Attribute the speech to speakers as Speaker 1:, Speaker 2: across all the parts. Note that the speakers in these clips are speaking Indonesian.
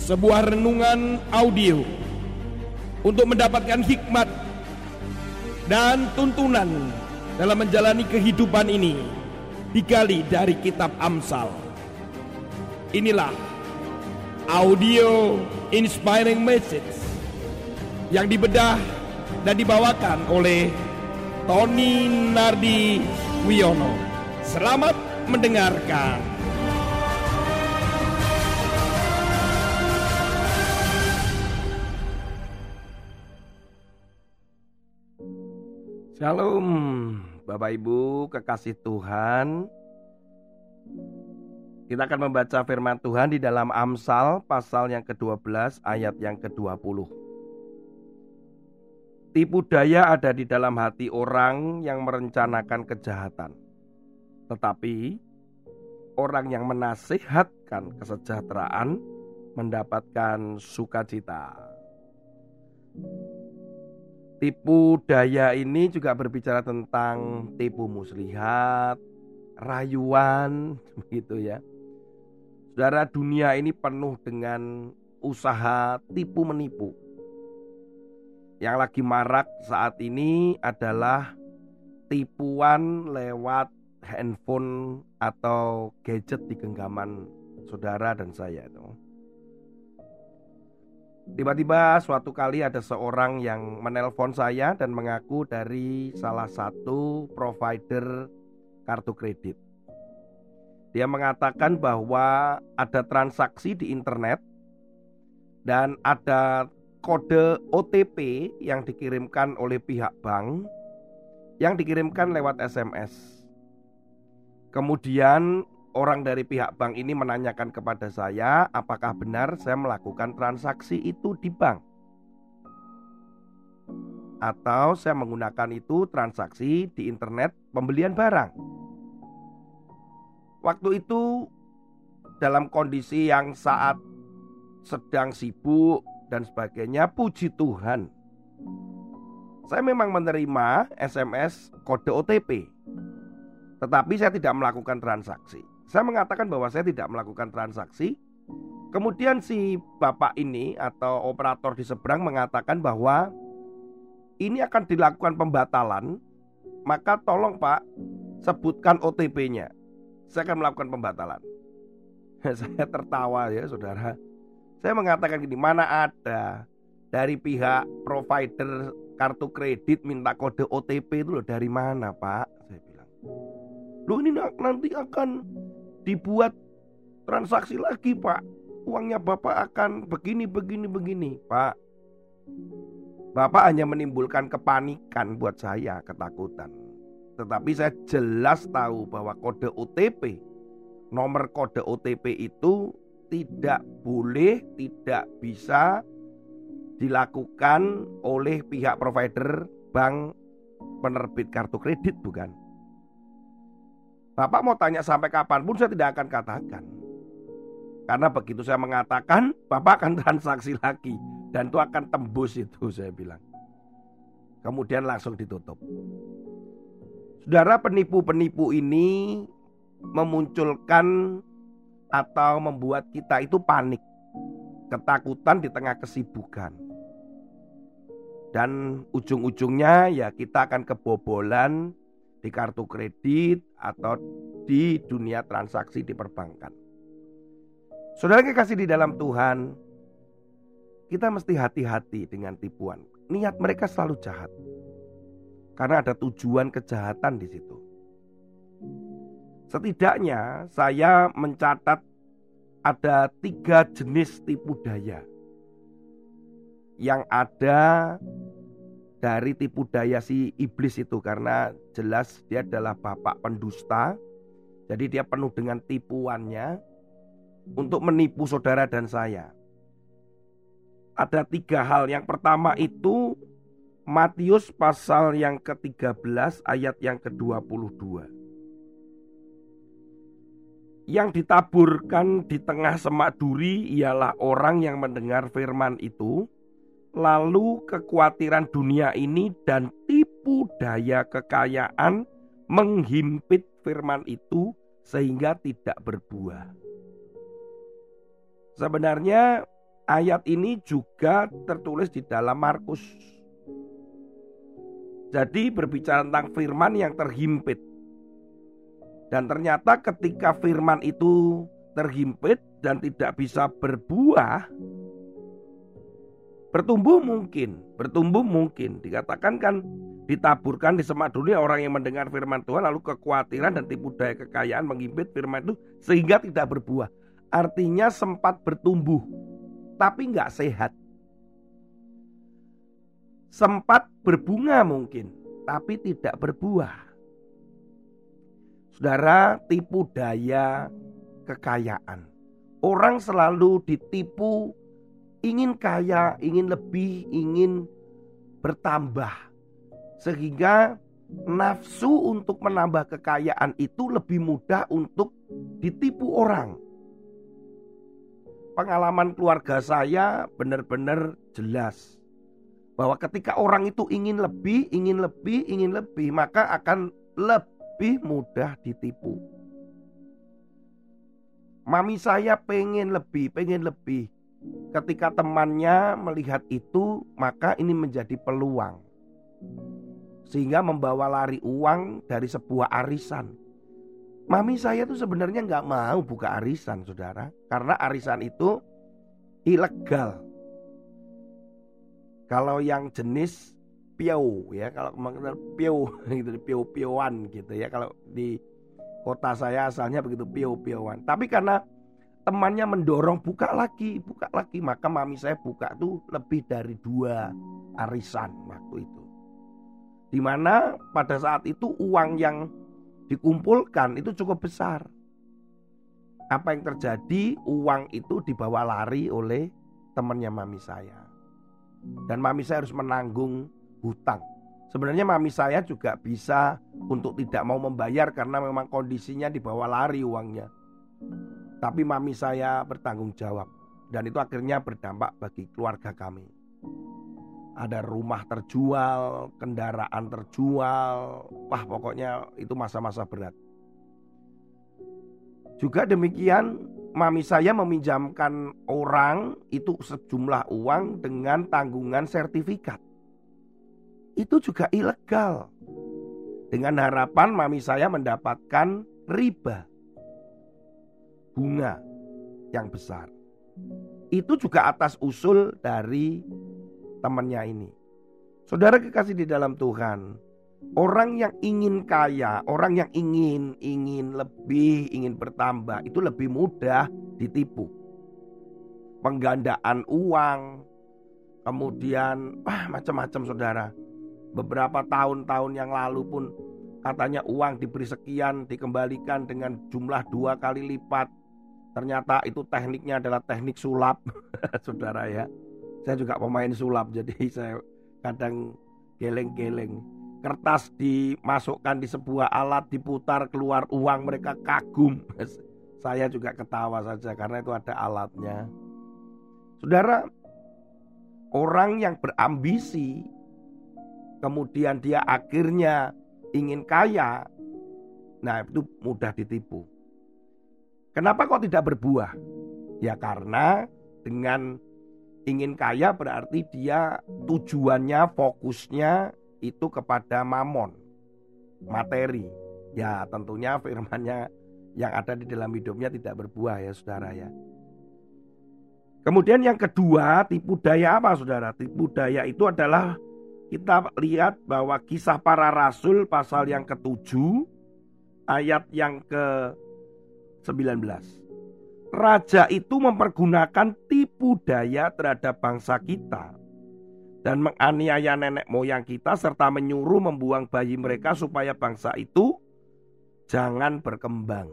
Speaker 1: sebuah renungan audio untuk mendapatkan hikmat dan tuntunan dalam menjalani kehidupan ini digali dari kitab Amsal. Inilah audio inspiring message yang dibedah dan dibawakan oleh Tony Nardi Wiono. Selamat mendengarkan.
Speaker 2: Shalom Bapak Ibu kekasih Tuhan. Kita akan membaca firman Tuhan di dalam Amsal pasal yang ke-12 ayat yang ke-20. Tipu daya ada di dalam hati orang yang merencanakan kejahatan, tetapi orang yang menasihatkan kesejahteraan mendapatkan sukacita. Tipu daya ini juga berbicara tentang tipu muslihat, rayuan, begitu ya. Saudara, dunia ini penuh dengan usaha tipu menipu. Yang lagi marak saat ini adalah tipuan lewat handphone atau gadget di genggaman saudara dan saya itu. Tiba-tiba suatu kali ada seorang yang menelpon saya dan mengaku dari salah satu provider kartu kredit. Dia mengatakan bahwa ada transaksi di internet dan ada kode OTP yang dikirimkan oleh pihak bank yang dikirimkan lewat SMS. Kemudian orang dari pihak bank ini menanyakan kepada saya apakah benar saya melakukan transaksi itu di bank atau saya menggunakan itu transaksi di internet pembelian barang. Waktu itu dalam kondisi yang saat sedang sibuk dan sebagainya, puji Tuhan saya memang menerima SMS kode OTP, tetapi saya tidak melakukan transaksi. Saya mengatakan bahwa saya tidak melakukan transaksi. Kemudian si bapak ini atau operator di seberang mengatakan bahwa ini akan dilakukan pembatalan. Maka tolong Pak, sebutkan OTP-nya. Saya akan melakukan pembatalan. Saya tertawa ya saudara. Saya mengatakan gini, mana ada dari pihak provider kartu kredit minta kode OTP itu loh, dari mana Pak? Saya bilang, loh ini nanti akan dibuat transaksi lagi Pak, uangnya Bapak akan begini. Pak, Bapak hanya menimbulkan kepanikan buat saya, ketakutan. Tetapi saya jelas tahu bahwa kode OTP, nomor kode OTP itu tidak boleh, tidak bisa dilakukan oleh pihak provider bank penerbit kartu kredit, bukan? Bapak mau tanya sampai kapanpun saya tidak akan katakan. Karena begitu saya mengatakan, Bapak akan transaksi lagi. Dan itu akan tembus itu, saya bilang. Kemudian langsung ditutup. Saudara, penipu-penipu ini memunculkan atau membuat kita itu panik, ketakutan di tengah kesibukan. Dan ujung-ujungnya ya kita akan kebobolan di kartu kredit atau di dunia transaksi di perbankan. Saudara kekasih di dalam Tuhan, kita mesti hati-hati dengan tipuan. Niat mereka selalu jahat, karena ada tujuan kejahatan di situ. Setidaknya saya mencatat ada 3 jenis tipu daya yang ada dari tipu daya si iblis itu, karena jelas dia adalah bapak pendusta. Jadi dia penuh dengan tipuannya untuk menipu saudara dan saya. Ada 3 hal. Yang pertama itu Matius pasal yang ke-13 ayat yang ke-22. Yang ditaburkan di tengah semak duri ialah orang yang mendengar firman itu, lalu kekhawatiran dunia ini dan tipu daya kekayaan menghimpit firman itu sehingga tidak berbuah. Sebenarnya ayat ini juga tertulis di dalam Markus. Jadi berbicara tentang firman yang terhimpit. Dan ternyata ketika firman itu terhimpit dan tidak bisa berbuah, bertumbuh mungkin. Dikatakan kan ditaburkan di semak dunia orang yang mendengar firman Tuhan, lalu kekhawatiran dan tipu daya kekayaan menghimpit firman itu sehingga tidak berbuah. Artinya sempat bertumbuh, tapi nggak sehat. Sempat berbunga mungkin, tapi tidak berbuah. Saudara, tipu daya kekayaan. Orang selalu ditipu, ingin kaya, ingin lebih, ingin bertambah. Sehingga nafsu untuk menambah kekayaan itu lebih mudah untuk ditipu orang. Pengalaman keluarga saya benar-benar jelas bahwa ketika orang itu ingin lebih, maka akan lebih mudah ditipu. Mami saya pengen lebih. Ketika temannya melihat itu, maka ini menjadi peluang. Sehingga membawa lari uang dari sebuah arisan. Mami saya tuh sebenarnya nggak mau buka arisan, saudara. Karena arisan itu ilegal. Kalau yang jenis piau ya, kalau piau gitu, piau-piauan gitu ya. Kalau di kota saya asalnya begitu, piau-piauan. Tapi karena temannya mendorong buka lagi, maka mami saya buka tuh lebih dari 2 arisan waktu itu. Dimana pada saat itu uang yang dikumpulkan itu cukup besar. Apa yang terjadi? Uang itu dibawa lari oleh temannya mami saya. Dan mami saya harus menanggung hutang. Sebenarnya mami saya juga bisa untuk tidak mau membayar karena memang kondisinya dibawa lari uangnya. Tapi mami saya bertanggung jawab. Dan itu akhirnya berdampak bagi keluarga kami. Ada rumah terjual, kendaraan terjual. Wah, pokoknya itu masa-masa berat. Juga demikian, mami saya meminjamkan orang itu sejumlah uang dengan tanggungan sertifikat. Itu juga ilegal. Dengan harapan mami saya mendapatkan riba, bunga yang besar. Itu juga atas usul dari temannya ini. Saudara kekasih di dalam Tuhan, orang yang ingin kaya, orang yang ingin lebih, ingin bertambah, itu lebih mudah ditipu. Penggandaan uang, kemudian macam-macam saudara. Beberapa tahun-tahun yang lalu pun katanya uang diberi sekian, dikembalikan dengan jumlah 2 kali lipat. Ternyata itu tekniknya adalah teknik sulap. Saudara ya, saya juga pemain sulap, jadi saya kadang geleng-geleng. Kertas dimasukkan di sebuah alat, diputar, keluar uang, mereka kagum. Saya juga ketawa saja karena itu ada alatnya. Saudara, orang yang berambisi, kemudian dia akhirnya ingin kaya, nah itu mudah ditipu. Kenapa kok tidak berbuah? Ya karena dengan ingin kaya berarti dia tujuannya, fokusnya itu kepada mamon, materi. Ya tentunya firmannya yang ada di dalam hidupnya tidak berbuah ya saudara ya. Kemudian yang kedua, tipu daya apa saudara? Tipu daya itu adalah kita lihat bahwa Kisah Para Rasul pasal yang ke-7 ayat yang ke-19. Raja itu mempergunakan tipu daya terhadap bangsa kita dan menganiaya nenek moyang kita serta menyuruh membuang bayi mereka supaya bangsa itu jangan berkembang.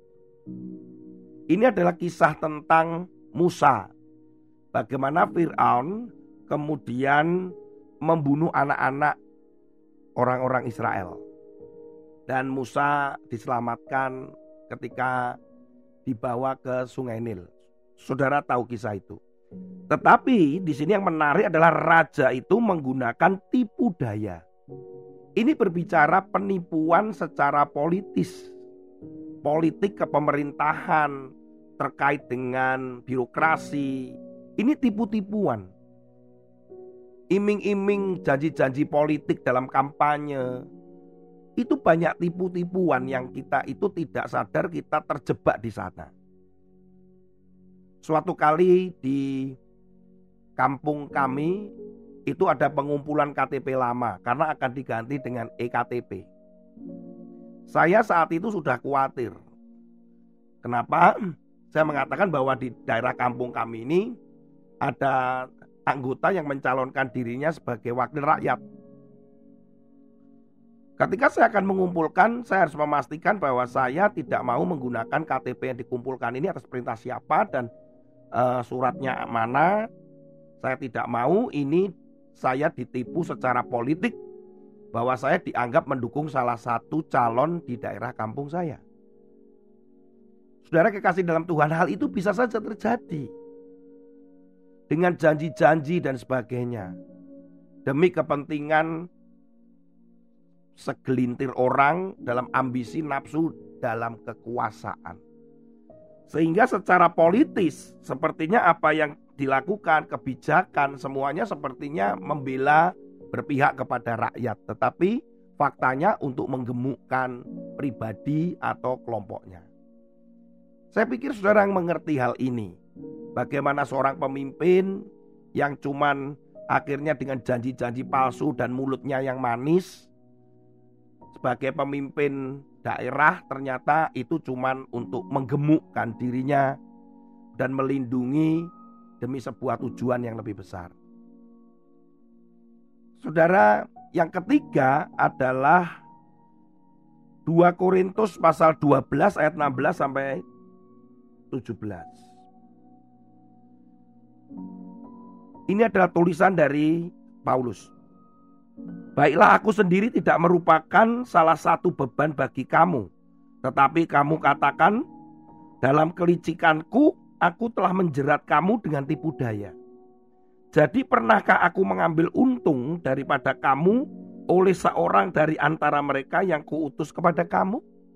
Speaker 2: Ini adalah kisah tentang Musa. Bagaimana Fir'aun kemudian membunuh anak-anak orang-orang Israel. Dan Musa diselamatkan ketika dibawa ke Sungai Nil. Saudara tahu kisah itu. Tetapi di sini yang menarik adalah raja itu menggunakan tipu daya. Ini berbicara penipuan secara politis. Politik kepemerintahan terkait dengan birokrasi, Ini tipu-tipuan. Iming-iming janji-janji politik dalam kampanye. Itu banyak tipu-tipuan yang kita itu tidak sadar kita terjebak di sana. Suatu kali di kampung kami itu ada pengumpulan KTP lama karena akan diganti dengan eKTP. Saya saat itu sudah khawatir. Kenapa? Saya mengatakan bahwa di daerah kampung kami ini ada anggota yang mencalonkan dirinya sebagai wakil rakyat. Ketika saya akan mengumpulkan, saya harus memastikan bahwa saya tidak mau menggunakan KTP yang dikumpulkan ini atas perintah siapa dan suratnya mana. Saya tidak mau ini saya ditipu secara politik bahwa saya dianggap mendukung salah satu calon di daerah kampung saya. Saudara kekasih dalam Tuhan, hal itu bisa saja terjadi. Dengan janji-janji dan sebagainya. Demi kepentingan segelintir orang dalam ambisi nafsu dalam kekuasaan. Sehingga secara politis sepertinya apa yang dilakukan, kebijakan semuanya sepertinya membela berpihak kepada rakyat. Tetapi faktanya untuk menggemukkan pribadi atau kelompoknya. Saya pikir saudara yang mengerti hal ini. Bagaimana seorang pemimpin yang cuman akhirnya dengan janji-janji palsu dan mulutnya yang manis. Sebagai pemimpin daerah ternyata itu cuman untuk menggemukkan dirinya dan melindungi demi sebuah tujuan yang lebih besar. Saudara, yang ketiga adalah 2 Korintus pasal 12 ayat 16 sampai 17. Ini adalah tulisan dari Paulus. Baiklah, aku sendiri tidak merupakan salah satu beban bagi kamu. Tetapi kamu katakan, dalam kelicikanku aku telah menjerat kamu dengan tipu daya. Jadi pernahkah aku mengambil untung daripada kamu oleh seorang dari antara mereka yang kuutus kepada kamu?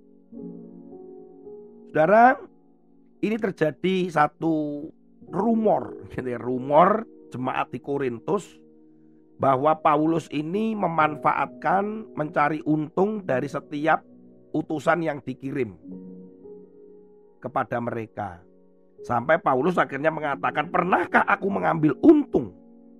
Speaker 2: Saudara, ini terjadi satu rumor jemaat di Korintus bahwa Paulus ini memanfaatkan mencari untung dari setiap utusan yang dikirim kepada mereka. Sampai Paulus akhirnya mengatakan, pernahkah aku mengambil untung?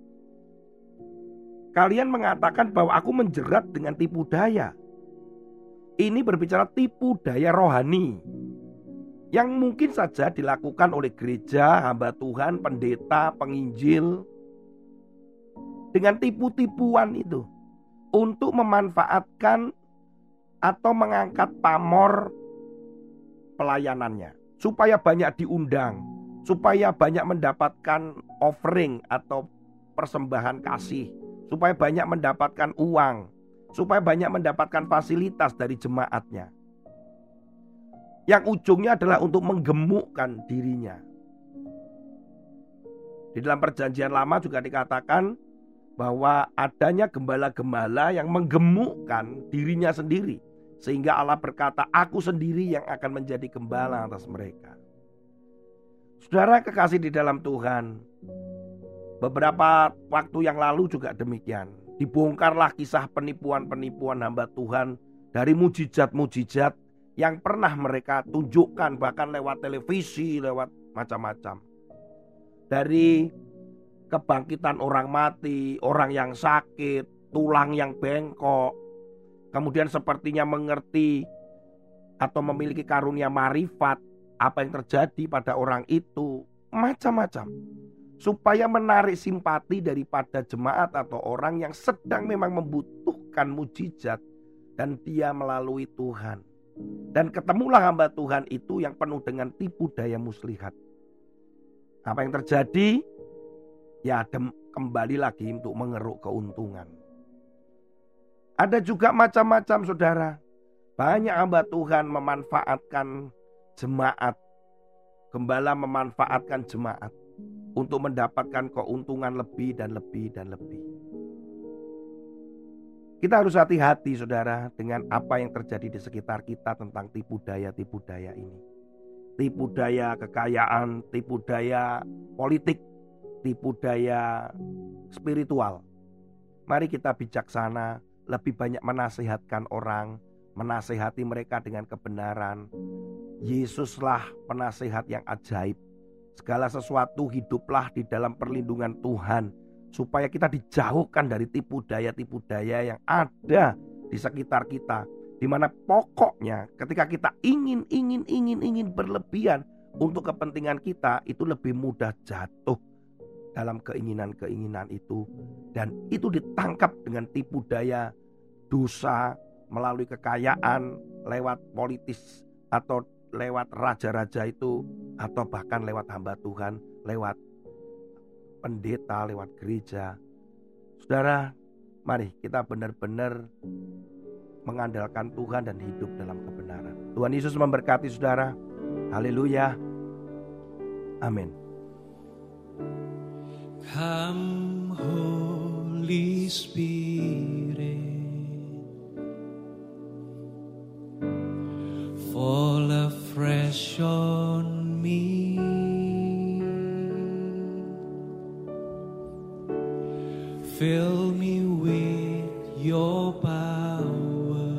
Speaker 2: Kalian mengatakan bahwa aku menjerat dengan tipu daya. Ini berbicara tipu daya rohani yang mungkin saja dilakukan oleh gereja, hamba Tuhan, pendeta, penginjil dengan tipu-tipuan itu untuk memanfaatkan atau mengangkat pamor pelayanannya supaya banyak diundang, supaya banyak mendapatkan offering atau persembahan kasih, supaya banyak mendapatkan uang, supaya banyak mendapatkan fasilitas dari jemaatnya. Yang ujungnya adalah untuk menggemukkan dirinya. Di dalam perjanjian lama juga dikatakan bahwa adanya gembala-gembala yang menggemukkan dirinya sendiri. Sehingga Allah berkata, aku sendiri yang akan menjadi gembala atas mereka. Saudara kekasih di dalam Tuhan, beberapa waktu yang lalu juga demikian. Dibongkarlah kisah penipuan-penipuan hamba Tuhan dari mujizat-mujizat yang pernah mereka tunjukkan bahkan lewat televisi, lewat macam-macam. Dari kebangkitan orang mati, orang yang sakit, tulang yang bengkok, kemudian sepertinya mengerti atau memiliki karunia marifat apa yang terjadi pada orang itu, macam-macam. Supaya menarik simpati daripada jemaat atau orang yang sedang memang membutuhkan mujizat dan dia melalui Tuhan. Dan ketemulah hamba Tuhan itu yang penuh dengan tipu daya muslihat. Apa yang terjadi? Ya kembali lagi untuk mengeruk keuntungan. Ada juga macam-macam saudara. Banyak hamba Tuhan memanfaatkan jemaat. Gembala memanfaatkan jemaat untuk mendapatkan keuntungan lebih dan lebih dan lebih. Kita harus hati-hati saudara dengan apa yang terjadi di sekitar kita tentang tipu daya ini. Tipu daya kekayaan, tipu daya politik, tipu daya spiritual. Mari kita bijaksana, lebih banyak menasihatkan orang, menasihati mereka dengan kebenaran. Yesuslah penasihat yang ajaib. Segala sesuatu hiduplah di dalam perlindungan Tuhan, supaya kita dijauhkan dari tipu daya yang ada di sekitar kita. Di mana pokoknya ketika kita ingin berlebihan untuk kepentingan kita, itu lebih mudah jatuh dalam keinginan itu. Dan itu ditangkap dengan tipu daya dosa melalui kekayaan, lewat politis atau lewat raja-raja itu, atau bahkan lewat hamba Tuhan, lewat pendeta, lewat gereja. Saudara, mari kita benar-benar mengandalkan Tuhan dan hidup dalam kebenaran. Tuhan Yesus memberkati saudara. Haleluya. Amin.
Speaker 3: Come Holy Spirit, fall afresh on me. Fill me with your power,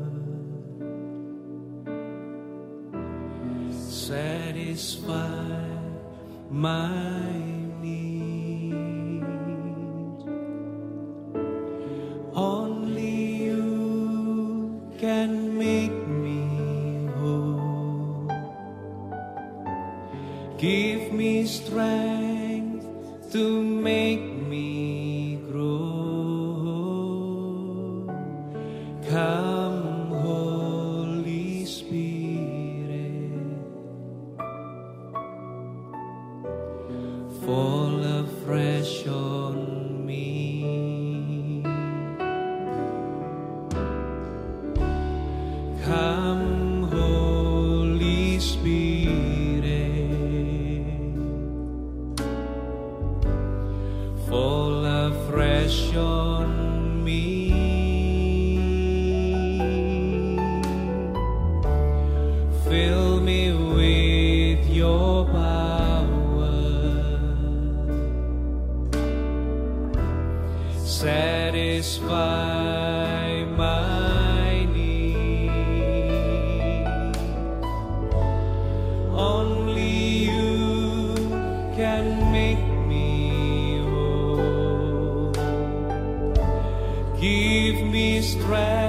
Speaker 3: satisfy my only you can make me whole. Give me strength to make me grow. Come Holy Spirit, fall afresh on me. Come Holy Spirit, fall afresh on me. Fill me with your power, satisfy my only you can make me whole. Give me strength